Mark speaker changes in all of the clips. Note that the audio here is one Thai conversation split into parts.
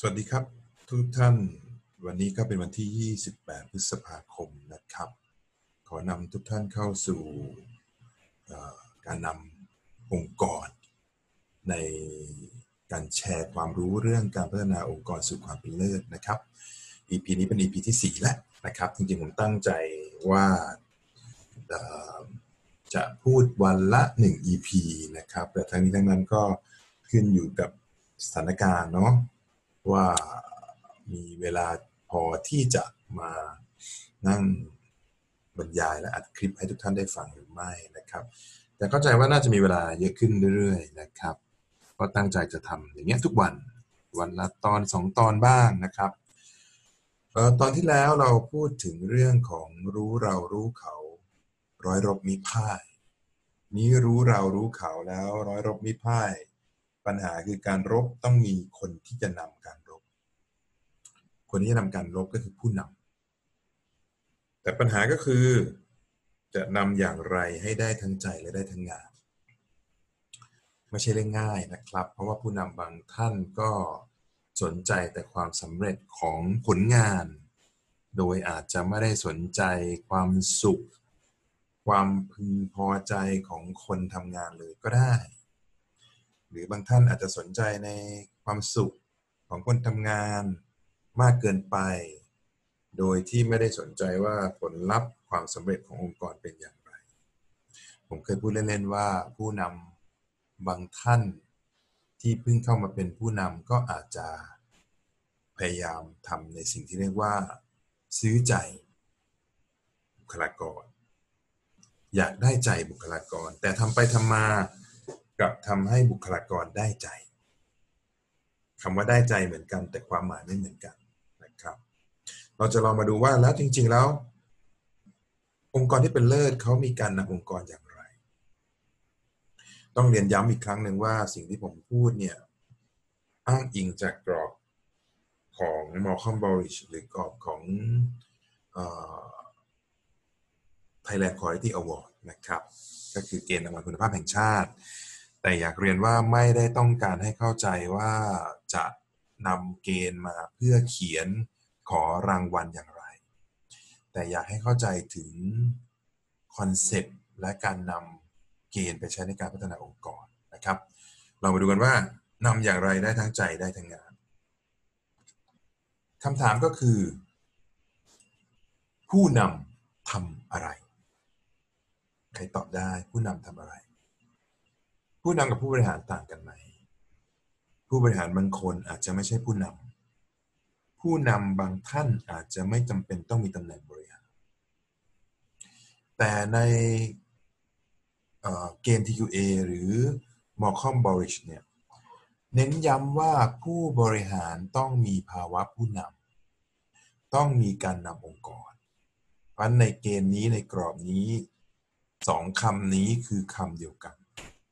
Speaker 1: สวัสดีครับทุกท่านวันนี้ก็เป็นวันที่ 28 พฤษภาคมนะครับขอนำทุกท่านเข้าสู่การนำองค์กรในการแชร์ความรู้เรื่องการพัฒนาองค์กรสู่ความเป็นเลิศนะครับ EP นี้เป็น EP ที่ 4แล้วนะครับจริงๆผมตั้งใจว่าจะพูดวันละ1 EP นะครับแต่ทั้งนี้ทั้งนั้นก็ขึ้นอยู่กับสถานการณ์เนาะว่ามีเวลาพอที่จะมานั่งบรรยายและอัดคลิปให้ทุกท่านได้ฟังหรือไม่นะครับแต่เข้าใจว่าน่าจะมีเวลาเยอะขึ้นเรื่อยๆนะครับก็ตั้งใจจะทำอย่างเงี้ยทุกวันละตอน2 ตอนบ้างนะครับตอนที่แล้วเราพูดถึงเรื่องของรู้เรารู้เขาร้อยรบมิพ่ายนี้รู้เรารู้เขาแล้วร้อยรบมิพ่ายปัญหาคือการรบต้องมีคนที่จะนำการรบคนที่จะนำการรบก็คือผู้นำแต่ปัญหาก็คือจะนำอย่างไรให้ได้ทั้งใจและได้ทั้งงานไม่ใช่เรื่องง่ายนะครับเพราะว่าผู้นำบางท่านก็สนใจแต่ความสำเร็จของผลงานโดยอาจจะไม่ได้สนใจความสุขความพึงพอใจของคนทำงานเลยก็ได้หรือบางท่านอาจจะสนใจในความสุขของคนทำงานมากเกินไปโดยที่ไม่ได้สนใจว่าผลลัพธ์ความสำเร็จขององค์กรเป็นอย่างไรผมเคยพูดเล่นๆว่าผู้นำบางท่านที่เพิ่งเข้ามาเป็นผู้นำก็อาจจะพยายามทำในสิ่งที่เรียกว่าซื้อใจบุคลากรอยากได้ใจบุคลากรแต่ทำไปทำมากับทำให้บุคลากรได้ใจคำว่าได้ใจเหมือนกันแต่ความหมายไม่เหมือนกันนะครับเราจะลองมาดูว่าแล้วจริงๆแล้วองค์กรที่เป็นเลิศเขามีการนำองค์กรอย่างไรต้องเรียนย้ำอีกครั้งหนึ่งว่าสิ่งที่ผมพูดเนี่ยอ้างอิงจากกรอบของ Malcolm Baldrige หรือกรอบของ Thailand Quality Award นะครับก็คือเกณฑ์รางวัลคุณภาพแห่งชาติแต่อยากเรียนว่าไม่ได้ต้องการให้เข้าใจว่าจะนำเกณฑ์มาเพื่อเขียนขอรางวัลอย่างไรแต่อยากให้เข้าใจถึงคอนเซปต์และการนำเกณฑ์ไปใช้ในการพัฒนาองค์กรนะครับเรามาดูกันว่านำอย่างไรได้ทั้งใจได้ทั้งงานคำถามก็คือผู้นำทำอะไรใครตอบได้ผู้นำทำอะไรผู้นำกับผู้บริหารต่างกันไหมผู้บริหารบางคนอาจจะไม่ใช่ผู้นำผู้นำบางท่านอาจจะไม่จำเป็นต้องมีตำแหน่งบริหารแต่ในเกณฑ์ TQA หรือ Malcolm Baldrige เนี่ยเน้นย้ำว่าผู้บริหารต้องมีภาวะผู้นำต้องมีการนำองค์กรเพราะในเกณฑ์นี้ในกรอบนี้2 คำนี้คือคำเดียวกัน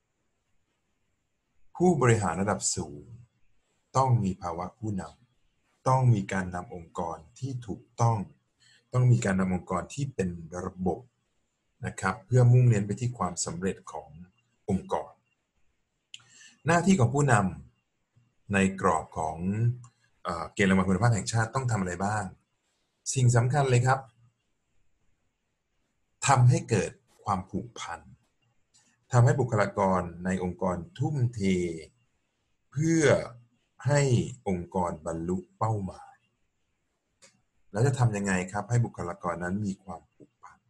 Speaker 1: ผู้บริหารระดับสูงต้องมีภาวะผู้นำต้องมีการนำองค์กรที่ถูกต้องมีการนำองค์กรที่เป็นระบบนะครับเพื่อมุ่งเน้นไปที่ความสำเร็จขององค์กรหน้าที่ของผู้นำในกรอบของเกณฑ์รางวัลคุณภาพแห่งชาติต้องทำอะไรบ้างสิ่งสำคัญเลยครับทำให้เกิดความผูกพันทำให้บุคลากรในองค์กรทุ่มเทเพื่อให้องค์กรบรรลุเป้าหมายแล้วจะทำยังไงครับให้บุคลากรนั้นมีความผูกพัน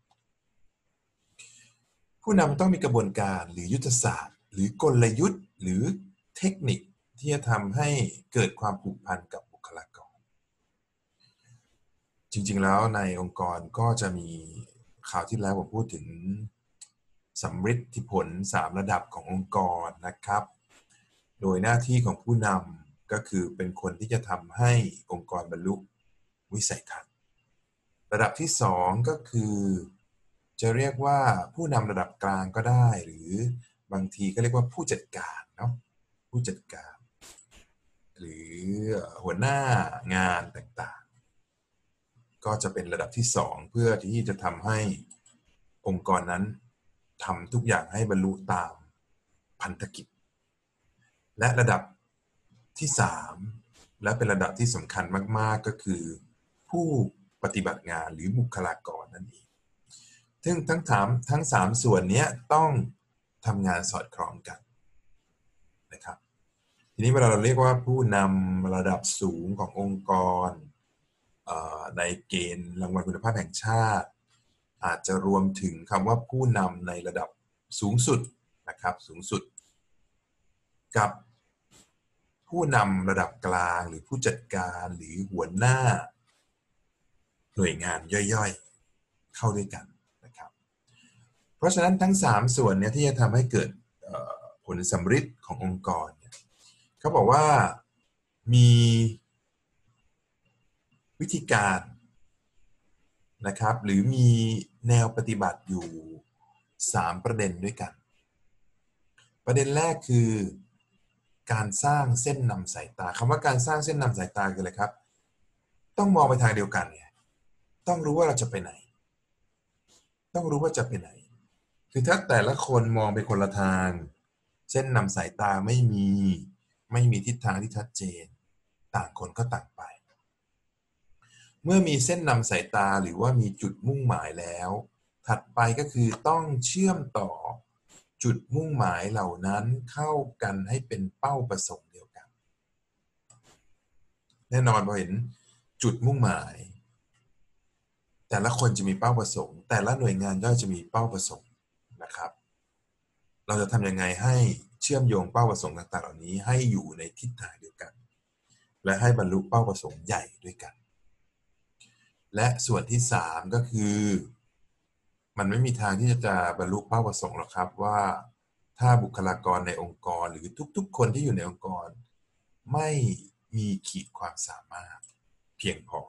Speaker 1: ผู้นำต้องมีกระบวนการหรือยุทธศาสตร์หรือกลยุทธ์หรือเทคนิคที่จะทำให้เกิดความผูกพันกับบุคลากรจริงๆแล้วในองค์กรก็จะมีข่าวที่แล้วผมพูดถึงสำฤทธิผล3 ระดับขององค์กรนะครับโดยหน้าที่ของผู้นำก็คือเป็นคนที่จะทำให้องค์กรบรรลุวิสัยทัศน์ระดับที่2ก็คือจะเรียกว่าผู้นำระดับกลางก็ได้หรือบางทีก็เรียกว่าผู้จัดการเนาะผู้จัดการหรือหัวหน้างานต่างๆก็จะเป็นระดับที่2เพื่อที่จะทำให้องค์กรนั้นทำทุกอย่างให้บรรลุตามพันธกิจและระดับที่3 และเป็นระดับที่สำคัญมากๆก็คือผู้ปฏิบัติงานหรือบุคลากรนั่นเองซึ่งทั้งสามส่วนนี้ต้องทำงานสอดคล้องกันนะครับทีนี้เวลาเราเรียกว่าผู้นำระดับสูงขององค์กรในเกณฑ์รางวัลคุณภาพแห่งชาติอาจจะรวมถึงคำว่าผู้นำในระดับสูงสุดนะครับสูงสุดกับผู้นำระดับกลางหรือผู้จัดการหรือหัวหน้าหน่วยงานย่อยๆเข้าด้วยกันนะครับเพราะฉะนั้นทั้ง3ส่วนเนี่ยที่จะทำให้เกิดผลสำฤทธิ์ขององค์กรเนี่ยเขาบอกว่ามีวิธีการนะครับหรือมีแนวปฏิบัติอยู่3ประเด็นด้วยกันประเด็นแรกคือการสร้างเส้นนำสายตาคำว่าการสร้างเส้นนำสายตาคืออะไรครับต้องมองไปทางเดียวกันไงต้องรู้ว่าเราจะไปไหนต้องรู้ว่าจะไปไหนคือถ้าแต่ละคนมองไปคนละทางเส้นนำสายตาไม่มีทิศทางที่ชัดเจนต่างคนก็ต่างไปเมื่อมีเส้นนำสายตาหรือว่ามีจุดมุ่งหมายแล้วถัดไปก็คือต้องเชื่อมต่อจุดมุ่งหมายเหล่านั้นเข้ากันให้เป็นเป้าประสงค์เดียวกันแน่นอนพอเห็นจุดมุ่งหมายแต่ละคนจะมีเป้าประสงค์แต่ละหน่วยงานย่อยจะมีเป้าประสงค์นะครับเราจะทำยังไงให้เชื่อมโยงเป้าประสงค์ต่างๆเหล่านี้ให้อยู่ในทิศทางเดียวกันและให้บรรลุเป้าประสงค์ใหญ่ด้วยกันและส่วนที่3ก็คือมันไม่มีทางที่จะบรรลุเป้าประสงค์หรอกครับว่าถ้าบุคลากรในองค์กรหรือทุกๆคนที่อยู่ในองค์กรไม่มีขีดความสามารถเพียงพอ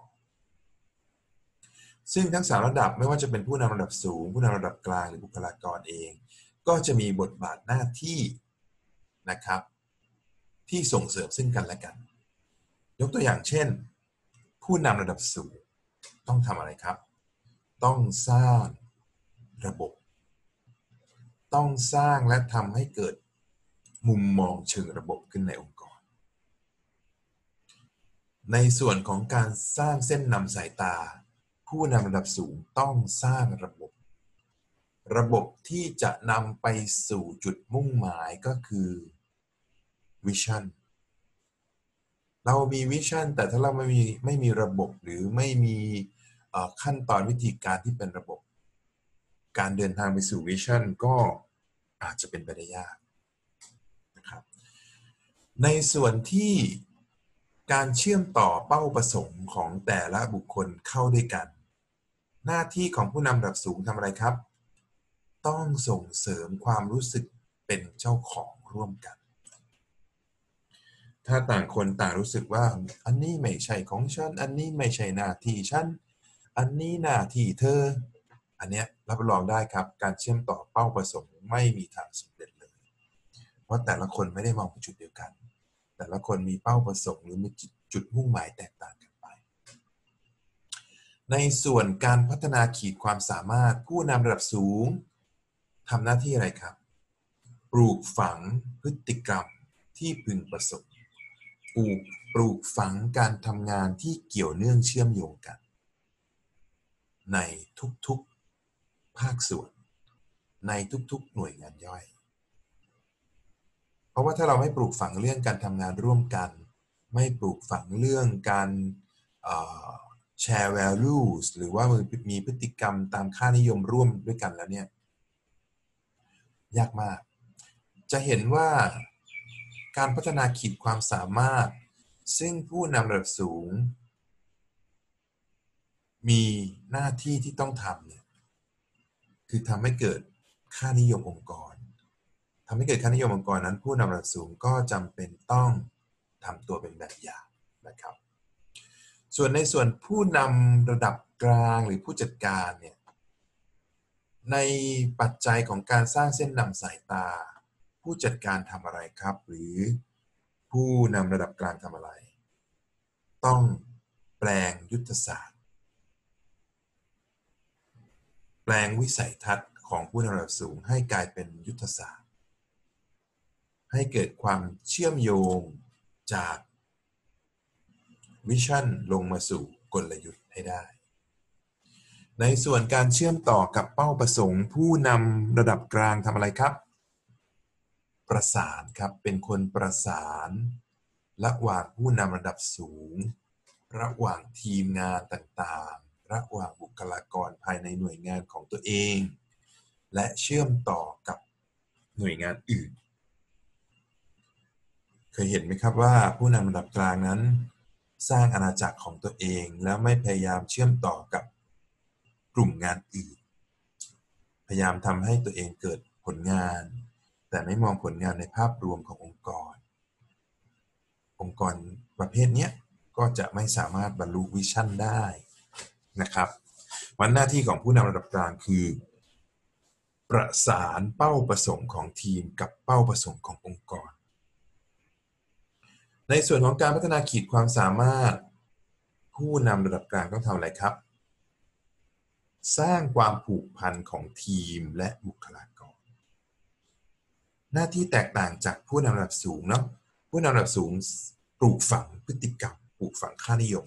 Speaker 1: ซึ่งทั้ง3ระดับไม่ว่าจะเป็นผู้นำระดับสูงผู้นำระดับกลางหรือบุคลากรเองก็จะมีบทบาทหน้าที่นะครับที่ส่งเสริมซึ่งกันและกันยกตัวอย่างเช่นผู้นำระดับสูงต้องทำอะไรครับต้องสร้างระบบต้องสร้างและทำให้เกิดมุมมองเชิงระบบขึ้นในองค์กรในส่วนของการสร้างเส้นนำสายตาผู้นำระดับสูงต้องสร้างระบบที่จะนำไปสู่จุดมุ่งหมายก็คือวิชั่นเรามีวิชั่นแต่ถ้าเราไม่มีระบบหรือไม่มีขั้นตอนวิธีการที่เป็นระบบการเดินทางไปสู่วิชั่นก็อาจจะเป็นไปได้ยากนะครับในส่วนที่การเชื่อมต่อเป้าประสงค์ของแต่ละบุคคลเข้าด้วยกันหน้าที่ของผู้นำระดับสูงทำอะไรครับต้องส่งเสริมความรู้สึกเป็นเจ้าของร่วมกันถ้าต่างคนต่างรู้สึกว่าอันนี้ไม่ใช่ของฉันอันนี้ไม่ใช่หน้าที่ฉันอันนี้หน้าที่เธออันเนี้ยรับรองได้ครับการเชื่อมต่อเป้าประสงค์ไม่มีทางสำเร็จเลยเพราะแต่ละคนไม่ได้มองไปจุดเดียวกันแต่ละคนมีเป้าประสงค์หรือมีจุดมุ่งหมายแตกต่างกันไปในส่วนการพัฒนาขีดความสามารถผู้นำระดับสูงทำหน้าที่อะไรครับปลูกฝังพฤติกรรมที่พึงประสงค์ปลูกฝังการทำงานที่เกี่ยวเนื่องเชื่อมโยงกันในทุกๆภาคส่วนในทุกๆหน่วยงานย่อยเพราะว่าถ้าเราไม่ปลูกฝังเรื่องการทำงานร่วมกันไม่ปลูกฝังเรื่องการแชร์ values หรือว่ามีพฤติกรรมตามค่านิยมร่วมด้วยกันแล้วเนี่ยยากมากจะเห็นว่าการพัฒนาขีดความสามารถซึ่งผู้นำระดับสูงมีหน้าที่ที่ต้องทำเนี่ยคือทำให้เกิดค่านิยมองค์กรทำให้เกิดค่านิยมองค์กรนั้นผู้นำระดับสูงก็จำเป็นต้องทำตัวเป็นแบบอย่างนะครับส่วนในส่วนผู้นำระดับกลางหรือผู้จัดการเนี่ยในปัจจัยของการสร้างเส้นนำสายตาผู้จัดการทำอะไรครับหรือผู้นำระดับกลางทำอะไรต้องแปลงยุทธศาสตร์แปลงวิสัยทัศน์ของผู้นำระดับสูงให้กลายเป็นยุทธศาสตร์ให้เกิดความเชื่อมโยงจากวิชั่นลงมาสู่กลยุทธ์ให้ได้ในส่วนการเชื่อมต่อกับเป้าประสงค์ผู้นำระดับกลางทำอะไรครับประสานครับเป็นคนประสานระหว่างผู้นำระดับสูงระหว่างทีมงานต่างๆระหว่างบุคลากรภายในหน่วยงานของตัวเองและเชื่อมต่อกับหน่วยงานอื่นเคยเห็นไหมครับว่าผู้นำระดับกลางนั้นสร้างอาณาจักรของตัวเองแล้วไม่พยายามเชื่อมต่อกับกลุ่มงานอื่นพยายามทำให้ตัวเองเกิดผลงานแต่ไม่มองผลงานในภาพรวมขององค์กรประเภทนี้ก็จะไม่สามารถบรรลุวิชั่นได้นะครับวันหน้าที่ของผู้นำระดับกลางคือประสานเป้าประสงค์ของทีมกับเป้าประสงค์ขององค์กรในส่วนของการพัฒนาขีดความสามารถผู้นำระดับกลางต้องทำอะไรครับสร้างความผูกพันของทีมและบุคลากรหน้าที่แตกต่างจากผู้นำระดับสูงเนาะผู้นำระดับสูงปลูกฝังพฤติกรรมปลูกฝังค่านิยม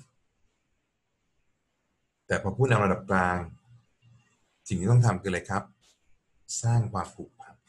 Speaker 1: แต่พอผู้นำระดับกลางสิ่งที่ต้องทำคืออะไรครับสร้างความผูกพัน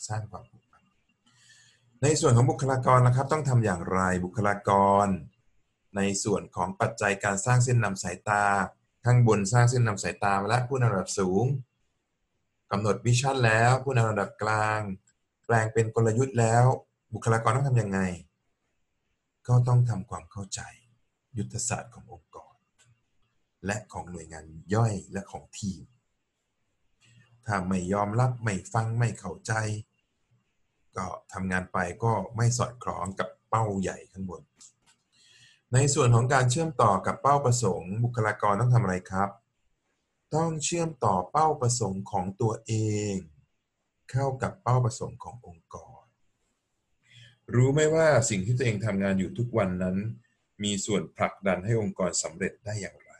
Speaker 1: ในส่วนของบุคลากรนะครับต้องทำอย่างไรบุคลากรในส่วนของปัจจัยการสร้างเส้นนำสายตาข้างบนสร้างเส้นนำสายตาและผู้นำระดับสูงกำหนดวิชั่นแล้วผู้นำระดับกลางแปลงเป็นกลยุทธ์แล้วบุคลากรต้องทำยังไงก็ต้องทำความเข้าใจยุทธศาสตร์ขององค์กรและของหน่วยงานย่อยและของทีมถ้าไม่ยอมรับไม่ฟังไม่เข้าใจก็ทำงานไปก็ไม่สอดคล้องกับเป้าใหญ่ข้างบนในส่วนของการเชื่อมต่อกับเป้าประสงค์บุคลากรต้องทำอะไรครับต้องเชื่อมต่อเป้าประสงค์ของตัวเองเข้ากับเป้าประสงค์ขององค์กรรู้ไหมว่าสิ่งที่ตัวเองทำงานอยู่ทุกวันนั้นมีส่วนผลักดันให้องค์กรสำเร็จได้อย่างไร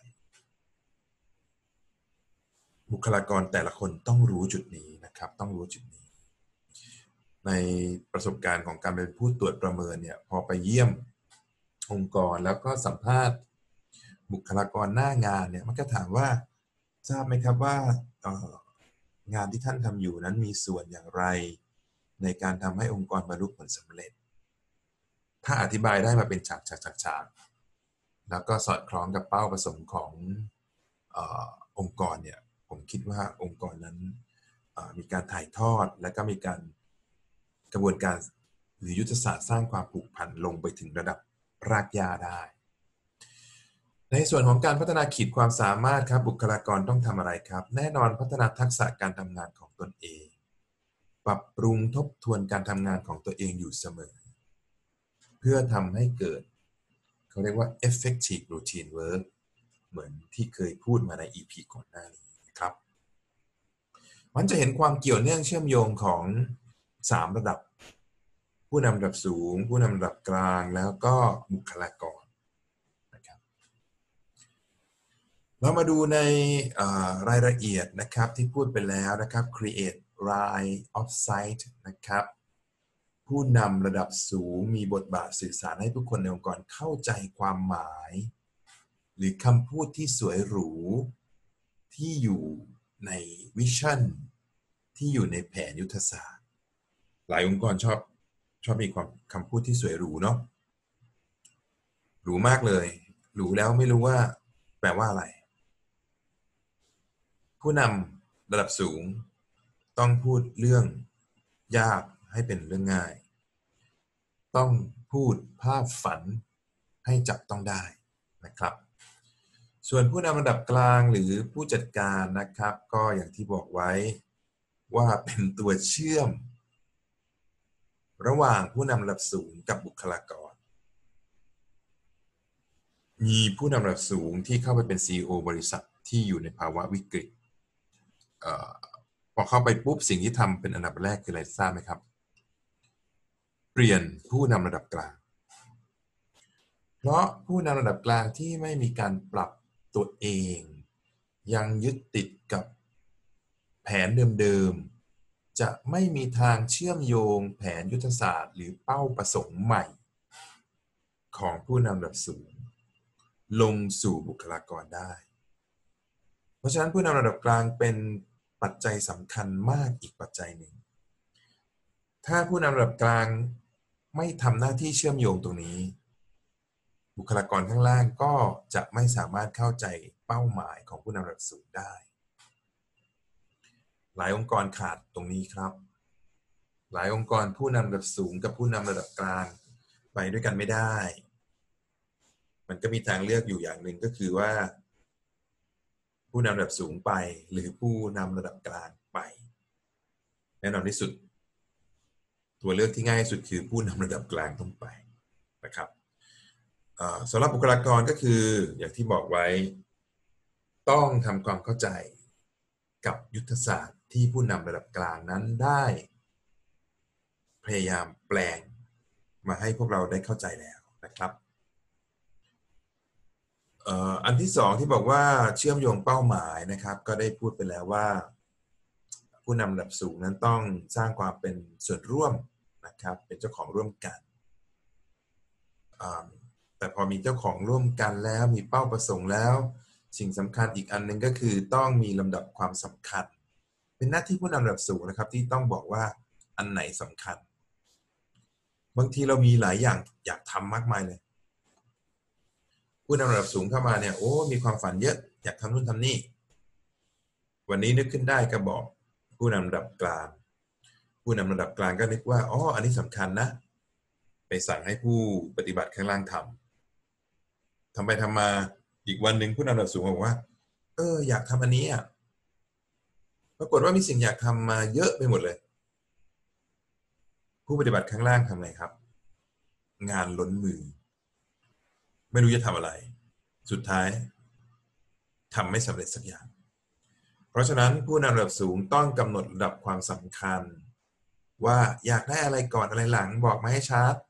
Speaker 1: บุคลากรแต่ละคนต้องรู้จุดนี้นะครับต้องรู้จุดนี้ในประสบการณ์ของการเป็นผู้ตรวจประเมินเนี่ยพอไปเยี่ยมองค์กรแล้วก็สัมภาษณ์บุคลากรหน้างานเนี่ยมันก็ถามว่าทราบไหมครับว่างานที่ท่านทำอยู่นั้นมีส่วนอย่างไรในการทำให้องค์กรบรรลุผลสำเร็จถ้าอธิบายได้มาเป็นฉากๆแล้วก็สอดคล้องกับเป้าประสงค์ขององค์กรเนี่ยผมคิดว่าองค์กรนั้นมีการถ่ายทอดและก็มีการกระบวนการหรือยุทธศาสตร์สร้างความผูกพันลงไปถึงระดับรากหญ้าได้ในส่วนของการพัฒนาขีดความสามารถครับบุคลากรต้องทำอะไรครับแน่นอนพัฒนาทักษะการทำงานของตนเองปรับปรุงทบทวนการทำงานของตัวเองอยู่เสมอเพื่อทำให้เกิดเขาเรียกว่า effective routine work เหมือนที่เคยพูดมาใน EP ก่อนหน้านี้นะครับมันจะเห็นความเกี่ยวเนื่องเชื่อมโยงของ3ระดับผู้นำระดับสูงผู้นำระดับกลางแล้วก็บุคลากรนะครับเรามาดูในรายละเอียดนะครับที่พูดไปแล้วนะครับ create line of sight นะครับผู้นำระดับสูงมีบทบาทสื่อสารให้ทุกคนในองค์กรเข้าใจความหมายหรือคำพูดที่สวยหรูที่อยู่ในวิชั่นที่อยู่ในแผนยุทธศาสตร์หลายองค์กรชอบมีความคำพูดที่สวยหรูเนาะหรูมากเลยหรูแล้วไม่รู้ว่าแปลว่าอะไรผู้นำระดับสูงต้องพูดเรื่องยากให้เป็นเรื่องง่ายต้องพูดภาพฝันให้จับต้องได้นะครับส่วนผู้นำระดับกลางหรือผู้จัดการนะครับก็อย่างที่บอกไว้ว่าเป็นตัวเชื่อมระหว่างผู้นำระดับสูงกับบุคลากรมีผู้นำระดับสูงที่เข้าไปเป็น CEO บริษัทที่อยู่ในภาวะวิกฤตพอเข้าไปปุ๊บสิ่งที่ทำเป็นอันดับแรกคืออะไรทราบไหมครับเปลี่ยนผู้นำระดับกลางเพราะผู้นำระดับกลางที่ไม่มีการปรับตัวเองยังยึดติดกับแผนเดิมๆจะไม่มีทางเชื่อมโยงแผนยุทธศาสตร์หรือเป้าประสงค์ใหม่ของผู้นำระดับสูงลงสู่บุคลากรได้เพราะฉะนั้นผู้นำระดับกลางเป็นปัจจัยสำคัญมากอีกปัจจัยหนึ่งถ้าผู้นำระดับกลางไม่ทำหน้าที่เชื่อมโยงตรงนี้บุคลากรข้างล่างก็จะไม่สามารถเข้าใจเป้าหมายของผู้นำระดับสูงได้หลายองค์กรขาดตรงนี้ครับหลายองค์กรผู้นำระดับสูงกับผู้นำระดับกลางไปด้วยกันไม่ได้มันก็มีทางเลือกอยู่อย่างหนึ่งก็คือว่าผู้นำระดับสูงไปหรือผู้นำระดับกลางไปแน่นอนที่สุดตัวเลือกที่ง่ายที่สุดคือผู้นำระดับกลางต้องไปนะครับสำหรับบุคลากรก็คืออย่างที่บอกไว้ต้องทำความเข้าใจกับยุทธศาสตร์ที่ผู้นำระดับกลางนั้นได้พยายามแปลงมาให้พวกเราได้เข้าใจแล้วนะครับอันที่สองที่บอกว่าเชื่อมโยงเป้าหมายนะครับก็ได้พูดไปแล้วว่าผู้นำระดับสูงนั้นต้องสร้างความเป็นส่วนร่วมนะครับเป็นเจ้าของร่วมกันแต่พอมีเจ้าของร่วมกันแล้วมีเป้าประสงค์แล้วสิ่งสำคัญอีกอันหนึ่งก็คือต้องมีลำดับความสำคัญเป็นหน้าที่ผู้นำระดับสูงนะครับที่ต้องบอกว่าอันไหนสำคัญบางทีเรามีหลายอย่างอยากทำมากมายเลยผู้นำระดับสูงเข้ามาเนี่ยโอ้มีความฝันเยอะอยากทำนู่นทำนี่วันนี้นึกขึ้นได้ก็บอกผู้นำระดับกลางผู้นำระดับกลางก็นึกว่าอ๋ออันนี้สำคัญนะไปสั่งให้ผู้ปฏิบัติข้างล่างทำไปทำมาอีกวันหนึ่งผู้นำระดับสูงบอกว่าอยากทำอันนี้อ่ะปรากฏว่ามีสิ่งอยากทำมาเยอะไปหมดเลยผู้ปฏิบัติข้างล่างทำไงครับงานล้นมือไม่รู้จะทำอะไรสุดท้ายทำไม่สำเร็จสักอย่างเพราะฉะนั้นผู้นำระดับสูงต้องกำหนดระดับความสำคัญว่าอยากได้อะไรก่อนอะไรหลังบอกมาให้ชัด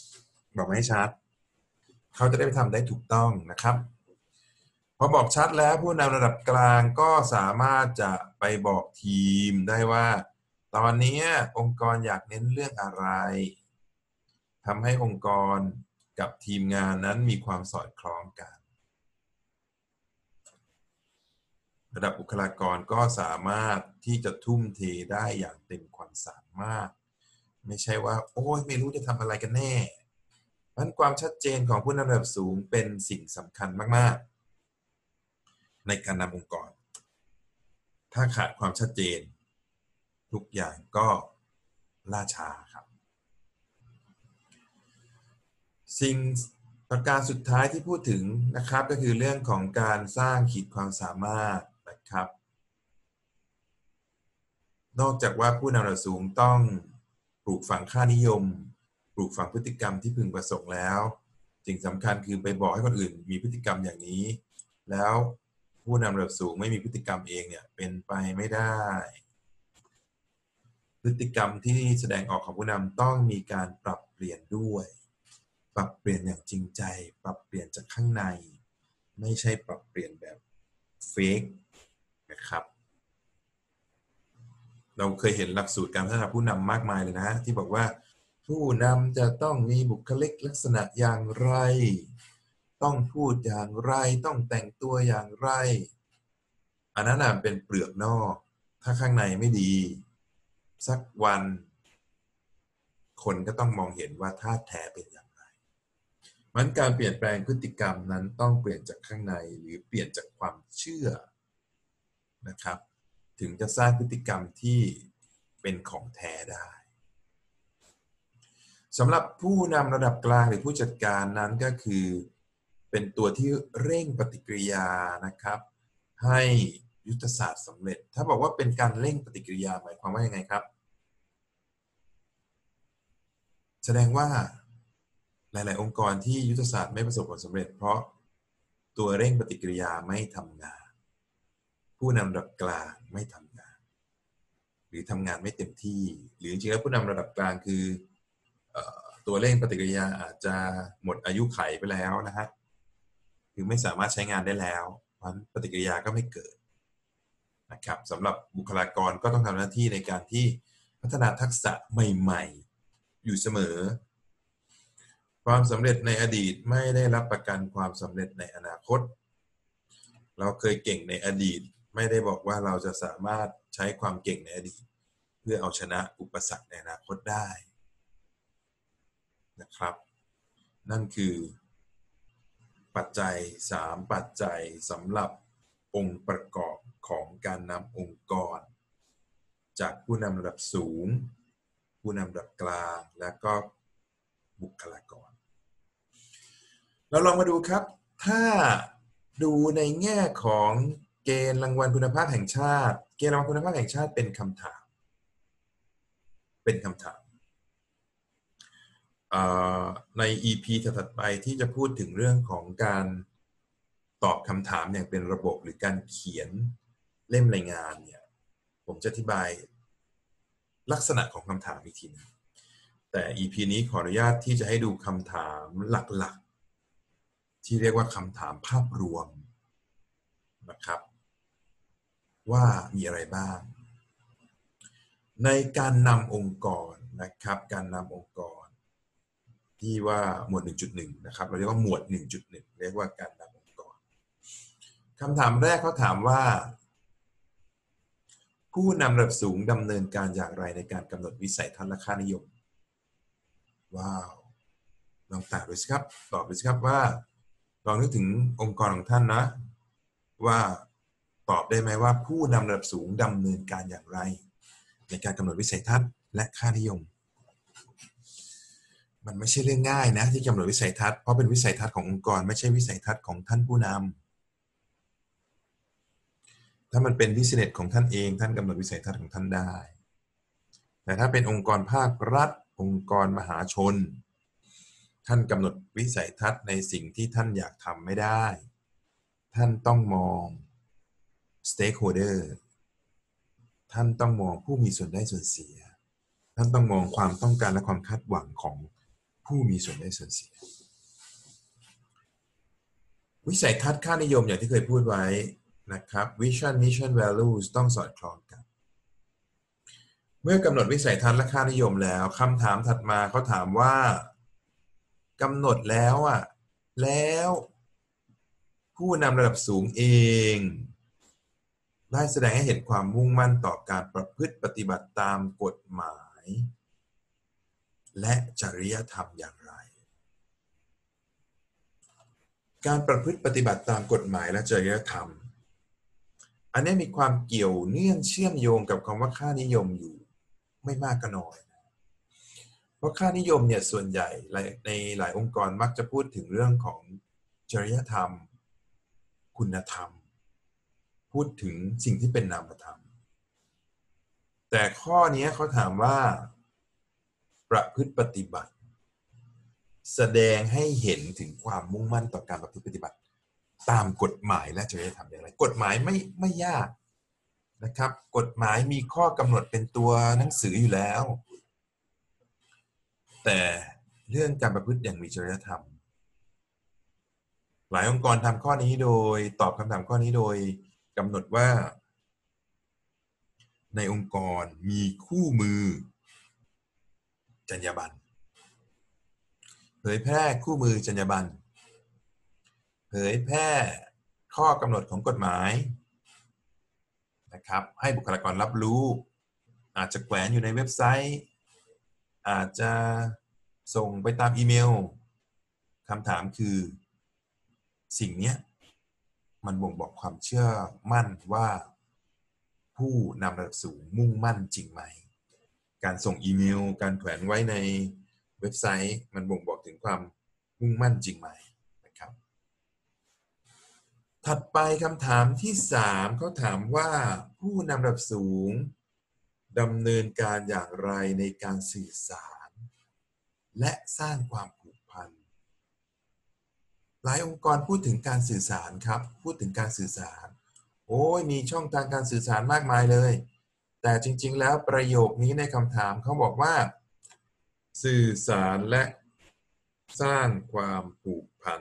Speaker 1: เขาจะได้ไปทำได้ถูกต้องนะครับพอบอกชัดแล้วผู้นำระดับกลางก็สามารถจะไปบอกทีมได้ว่าตอนนี้องค์กรอยากเน้นเรื่องอะไรทำให้องค์กรกับทีมงานนั้นมีความสอดคล้องกันระดับบุคลากรก็สามารถที่จะทุ่มเทได้อย่างเต็มความสามารถไม่ใช่ว่าโอ้ยไม่รู้จะทำอะไรกันแน่เพราะฉะนั้นความชัดเจนของผู้นำระดับสูงเป็นสิ่งสำคัญมากๆในการนำองค์กรถ้าขาดความชัดเจนทุกอย่างก็ล่าช้าครับสิ่งประการสุดท้ายที่พูดถึงนะครับก็คือเรื่องของการสร้างขีดความสามารถนะครับนอกจากว่าผู้นำระดับสูงต้องปลูกฝังค่านิยมปลูกฝังพฤติกรรมที่พึงประสงค์แล้วสิ่งสำคัญคือไปบอกให้คนอื่นมีพฤติกรรมอย่างนี้แล้วผู้นำระดับสูงไม่มีพฤติกรรมเองเนี่ยเป็นไปไม่ได้พฤติกรรมที่แสดงออกของผู้นำต้องมีการปรับเปลี่ยนด้วยปรับเปลี่ยนอย่างจริงใจปรับเปลี่ยนจากข้างในไม่ใช่ปรับเปลี่ยนแบบเฟกนะครับเราเคยเห็นหลักสูตรการพัฒนาผู้นำมากมายเลยนะที่บอกว่าผู้นำจะต้องมีบุคลิกลักษณะอย่างไรต้องพูดอย่างไรต้องแต่งตัวอย่างไรอันนั้นเป็นเปลือกนอกถ้าข้างในไม่ดีสักวันคนก็ต้องมองเห็นว่าท่าแท้เป็นอย่างไรมันการเปลี่ยนแปลงพฤติกรรมนั้นต้องเปลี่ยนจากข้างในหรือเปลี่ยนจากความเชื่อนะครับถึงจะสร้างพฤติกรรมที่เป็นของแท้ได้สำหรับผู้นำระดับกลางหรือผู้จัดการนั้นก็คือเป็นตัวที่เร่งปฏิกิริยานะครับให้ยุทธศาสตร์สำเร็จถ้าบอกว่าเป็นการเร่งปฏิกิริยาหมายความว่ายังไงครับแสดงว่าหลายๆองค์กรที่ยุทธศาสตร์ไม่ประสบผลสำเร็จเพราะตัวเร่งปฏิกิริยาไม่ทำงานผู้นำระดับกลางไม่ทำงานหรือทำงานไม่เต็มที่หรือจริงๆแล้วผู้นำระดับกลางคือตัวเร่งปฏิกิริยาอาจจะหมดอายุไขไปแล้วนะฮะคือไม่สามารถใช้งานได้แล้วเพราะปฏิกิริยาก็ไม่เกิดนะครับสำหรับบุคลากรก็ต้องทำหน้าที่ในการที่พัฒนาทักษะใหม่ๆอยู่เสมอความสำเร็จในอดีตไม่ได้รับประกันความสำเร็จในอนาคตเราเคยเก่งในอดีตไม่ได้บอกว่าเราจะสามารถใช้ความเก่งในอดีตเพื่อเอาชนะอุปสรรคในอนาคตได้นะครับนั่นคือปัจจัย3ปัจจัยสำหรับองค์ประกอบของการนำองค์กรจากผู้นำระดับสูงผู้นำระดับกลางและก็บุคลากรเราลองมาดูครับถ้าดูในแง่ของเกณฑ์รางวัลคุณภาพแห่งชาติเกณฑ์รางวัลคุณภาพแห่งชาติเป็นคำถามใน EP ถัดไปที่จะพูดถึงเรื่องของการตอบคำถามอย่างเป็นระบบหรือการเขียนเล่มรายงานเนี่ยผมจะอธิบายลักษณะของคำถามอีกทีนึงแต่ EP นี้ขออนุญาตที่จะให้ดูคำถามหลักๆที่เรียกว่าคำถามภาพรวมนะครับว่ามีอะไรบ้างในการนำองค์กรนะครับการนำองค์กรที่ว่าหมวด 1.1 นะครับเราเรียกว่าหมวด 1.1 เรียกว่าการนำองค์กรคำถามแรกเขาถามว่าผู้นำระดับสูงดำเนินการอย่างไรในการกำหนดวิสัยทัศน์และค่านิยมว้าวลองตอบดูสิครับตอบดูสิครับว่าลองนึกถึงองค์กรของท่านนะว่าตอบได้ไหมว่าผู้นำระดับสูงดำเนินการอย่างไรในการกำหนดวิสัยทัศน์และค่านิยมมันไม่ใช่เรื่องง่ายนะที่กำหนดวิสัยทัศน์เพราะเป็นวิสัยทัศน์ขององค์กรไม่ใช่วิสัยทัศน์ของท่านผู้นำถ้ามันเป็นบิสเนสของท่านเองท่านกำหนดวิสัยทัศน์ของท่านได้แต่ถ้าเป็นองค์กรภาครัฐองค์กรมหาชนท่านกำหนดวิสัยทัศน์ในสิ่งที่ท่านอยากทำไม่ได้ท่านต้องมอง stakeholder ท่านต้องมองผู้มีส่วนได้ส่วนเสียท่านต้องมองความต้องการและความคาดหวังของผู้มีส่วนได้ส่วนเสียวิสัยทัศน์ค่านิยมอย่างที่เคยพูดไว้นะครับ vision mission values ต้องสอดคล้องกันเมื่อกำหนดวิสัยทัศน์และค่านิยมแล้วคำถามถัดมาเขาถามว่ากำหนดแล้วแล้วผู้นำระดับสูงเองได้แสดงให้เห็นความมุ่งมั่นต่อการประพฤติปฏิบัติตามกฎหมายและจริยธรรมอย่างไรการประพฤติปฏิบัติตามกฎหมายและจริยธรรมอันนี้มีความเกี่ยวเนื่องเชื่อมโยงกับคำว่าค่านิยมอยู่ไม่มากก็น้อยเพราะค่านิยมเนี่ยส่วนใหญ่ในหลายองค์กรมักจะพูดถึงเรื่องของจริยธรรมคุณธรรมพูดถึงสิ่งที่เป็นนามธรรมแต่ข้อนี้เขาถามว่าประพฤติปฏิบัติแสดงให้เห็นถึงความมุ่งมั่นต่อการประพฤติปฏิบัติตามกฎหมายและจริยธรรมอย่างไรกฎหมายไม่ยากนะครับกฎหมายมีข้อกำหนดเป็นตัวหนังสืออยู่แล้วแต่เรื่องการประพฤติอย่างมีจริยธรรมหลายองค์กรทำข้อนี้โดยตอบคำถามข้อนี้โดยกำหนดว่าในองค์กรมีคู่มือจรรยาบรรณเผยแพร่คู่มือจรรยาบรรณเผยแพร่ข้อกำหนดของกฎหมายนะครับให้บุคลากรรับรู้อาจจะแขวนอยู่ในเว็บไซต์อาจจะส่งไปตามอีเมลคำถามคือสิ่งนี้มันบ่งบอกความเชื่อมั่นว่าผู้นำระดับสูงมุ่งมั่นจริงไหมการส่งอีเมลการแขวนไว้ในเว็บไซต์มันบ่งบอกถึงความมุ่งมั่นจริงไหมนะครับถัดไปคำถามที่3เขาถามว่าผู้นำระดับสูงดำเนินการอย่างไรในการสื่อสารและสร้างความผูกพันหลายองค์กรพูดถึงการสื่อสารครับพูดถึงการสื่อสารโอ้ยมีช่องทางการสื่อสารมากมายเลยแต่จริงๆแล้วประโยคนี้ในคำถามเขาบอกว่าสื่อสารและสร้างความผูกพัน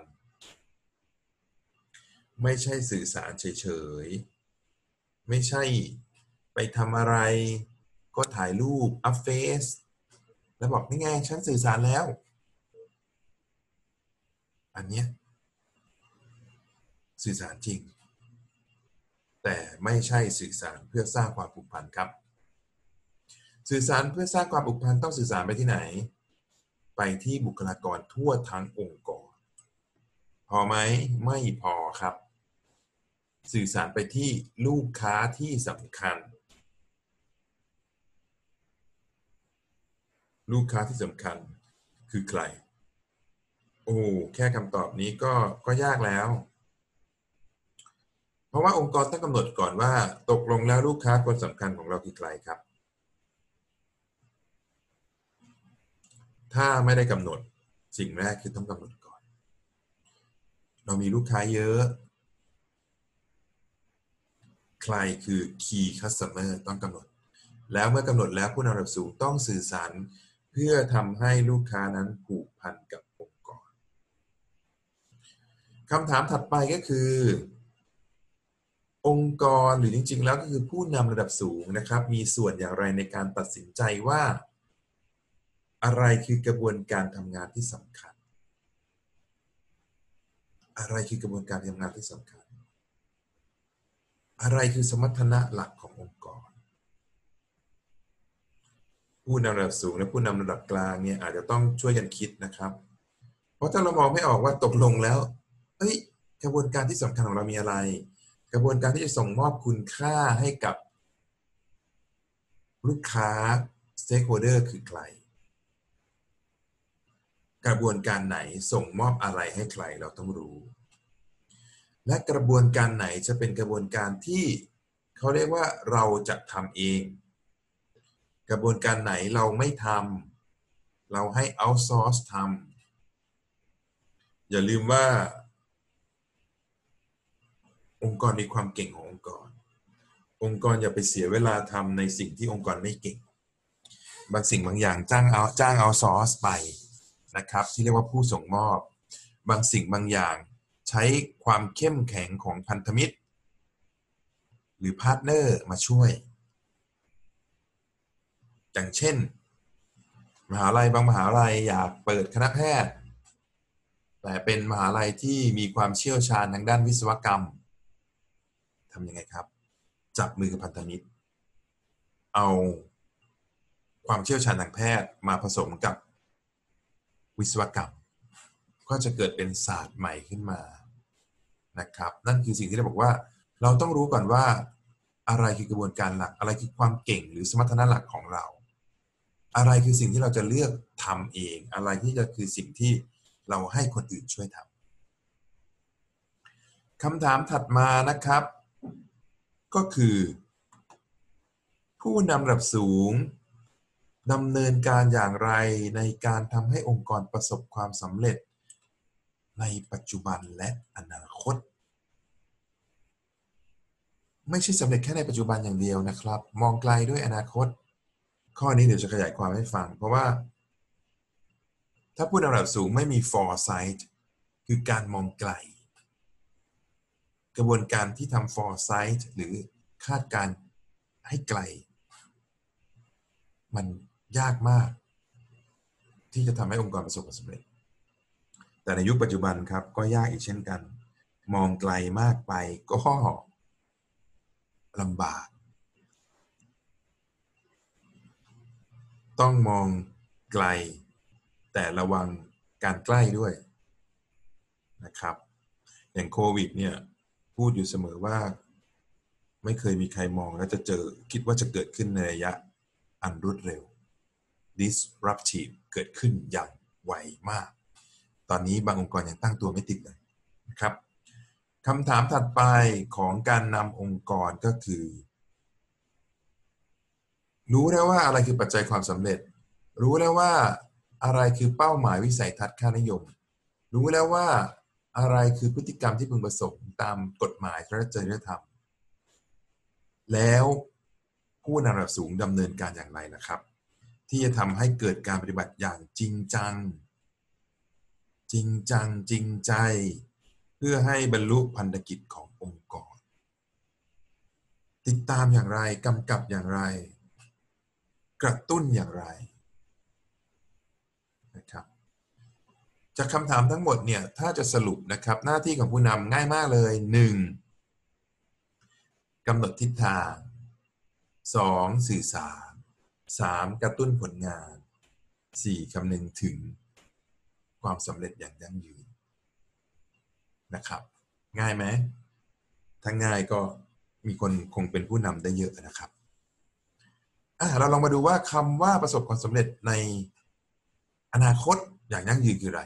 Speaker 1: ไม่ใช่สื่อสารเฉยๆไม่ใช่ไปทำอะไรก็ถ่ายรูปอัพเฟซแล้วบอกนี่ไงฉันสื่อสารแล้วอันเนี้ยสื่อสารจริงแต่ไม่ใช่สื่อสารเพื่อสร้างความผูกพันครับสื่อสารเพื่อสร้างความผูกพันต้องสื่อสารไปที่ไหนไปที่บุคลากรทั่วทั้งองค์กรพอไหมไม่พอครับสื่อสารไปที่ลูกค้าที่สำคัญลูกค้าที่สำคัญคือใครโอ้แค่คำตอบนี้ก็ยากแล้วเพราะว่าองค์กรต้องกำหนดก่อนว่าตกลงแล้วลูกค้าคนสำคัญของเราคือใครครับถ้าไม่ได้กำหนดสิ่งแรกคือต้องกำหนดก่อนเรามีลูกค้าเยอะใครคือ Key Customer ต้องกำหนดแล้วเมื่อกำหนดแล้วผู้นำระดับสูงต้องสื่อสารเพื่อทำให้ลูกค้านั้นผูกพันกับองค์กรคำถามถัดไปก็คือองค์กรหรือจริงๆแล้วก็คือผู้นำระดับสูงนะครับมีส่วนอย่างไรในการตัดสินใจว่าอะไรคือกระบวนการทำงานที่สำคัญอะไรคือกระบวนการทำงานที่สำคัญอะไรคือสมรรถนะหลักขององค์กรผู้นำระดับสูงและผู้นำระดับกลางเนี่ยอาจจะต้องช่วยกันคิดนะครับเพราะถ้าเรามองไม่ออกว่าตกลงแล้วเอ้ยกระบวนการที่สำคัญของเรามีอะไรกระบวนการที่จะส่งมอบคุณค่าให้กับลูกค้า stakeholder คือใครกระบวนการไหนส่งมอบอะไรให้ใครเราต้องรู้และกระบวนการไหนจะเป็นกระบวนการที่เขาเรียกว่าเราจะทำเองกระบวนการไหนเราไม่ทำเราให้ outsource ทำอย่าลืมว่าองค์กรมีความเก่งขององค์กรองค์กรอย่าไปเสียเวลาทำในสิ่งที่องค์กรไม่เก่งบางสิ่งบางอย่างจ้างเอาซอร์สไปนะครับที่เรียกว่าผู้ส่งมอบบางสิ่งบางอย่างใช้ความเข้มแข็งของพันธมิตรหรือพาร์ทเนอร์มาช่วยอย่างเช่นมหาลัยบางมหาลัยอยากเปิดคณะแพทย์แต่เป็นมหาลัยที่มีความเชี่ยวชาญทางด้านวิศวกรรมทำยังไงครับจับมือกับพันธมิตรเอาความเชี่ยวชาญทางแพทย์มาผสมกับวิศวกรรมก็จะเกิดเป็นศาสตร์ใหม่ขึ้นมานะครับนั่นคือสิ่งที่เราบอกว่าเราต้องรู้ก่อนว่าอะไรคือกระบวนการหลักอะไรคือความเก่งหรือสมรรถนะหลักของเราอะไรคือสิ่งที่เราจะเลือกทำเองอะไรที่จะคือสิ่งที่เราให้คนอื่นช่วยทำคำถามถัดมานะครับก็คือผู้นำระดับสูงดำเนินการอย่างไรในการทำให้องค์กรประสบความสำเร็จในปัจจุบันและอนาคตไม่ใช่สำเร็จแค่ในปัจจุบันอย่างเดียวนะครับมองไกลด้วยอนาคตข้อนี้เดี๋ยวจะขยายความให้ฟังเพราะว่าถ้าผู้นำระดับสูงไม่มี foresight คือการมองไกลกระบวนการที่ทำ foresight หรือคาดการณ์ให้ไกลมันยากมากที่จะทำให้องค์กรประสบความสำเร็จแต่ในยุคปัจจุบันครับก็ยากอีกเช่นกันมองไกลมากไปก็ลำบากต้องมองไกลแต่ระวังการใกล้ด้วยนะครับอย่างโควิดเนี่ยพูดอยู่เสมอว่าไม่เคยมีใครมองแล้วจะเจอคิดว่าจะเกิดขึ้นในระยะอันรวดเร็ว disruptive เกิดขึ้นอย่างไวมากตอนนี้บางองค์กรยังตั้งตัวไม่ติดเลยนะครับคำถามถัดไปของการนำองค์กรก็คือรู้แล้วว่าอะไรคือปัจจัยความสำเร็จรู้แล้วว่าอะไรคือเป้าหมายวิสัยทัศน์ค่านิยมรู้แล้วว่าอะไรคือพฤติกรรมที่พึงประสงค์ตามกฎหมายจริยธรรมแล้วผู้นำระดับสูงดำเนินการอย่างไรนะครับที่จะทำให้เกิดการปฏิบัติอย่างจริงจังจริงจังจริงใจเพื่อให้บรรลุพันธกิจขององค์กรติดตามอย่างไรกำกับอย่างไรกระตุ้นอย่างไรนะครับจากคำถามทั้งหมดเนี่ยถ้าจะสรุปนะครับหน้าที่ของผู้นำง่ายมากเลย 1. กำหนดทิศทาง 2. สื่อสาร 3. กระตุ้นผลงาน 4. คำนึงถึงความสำเร็จอย่างยั่งยืนนะครับง่ายไหมถ้าง่ายก็มีคนคงเป็นผู้นำได้เยอะนะครับเราลองมาดูว่าคำว่าประสบความสำเร็จในอนาคตอย่างยั่งยืนคืออะไร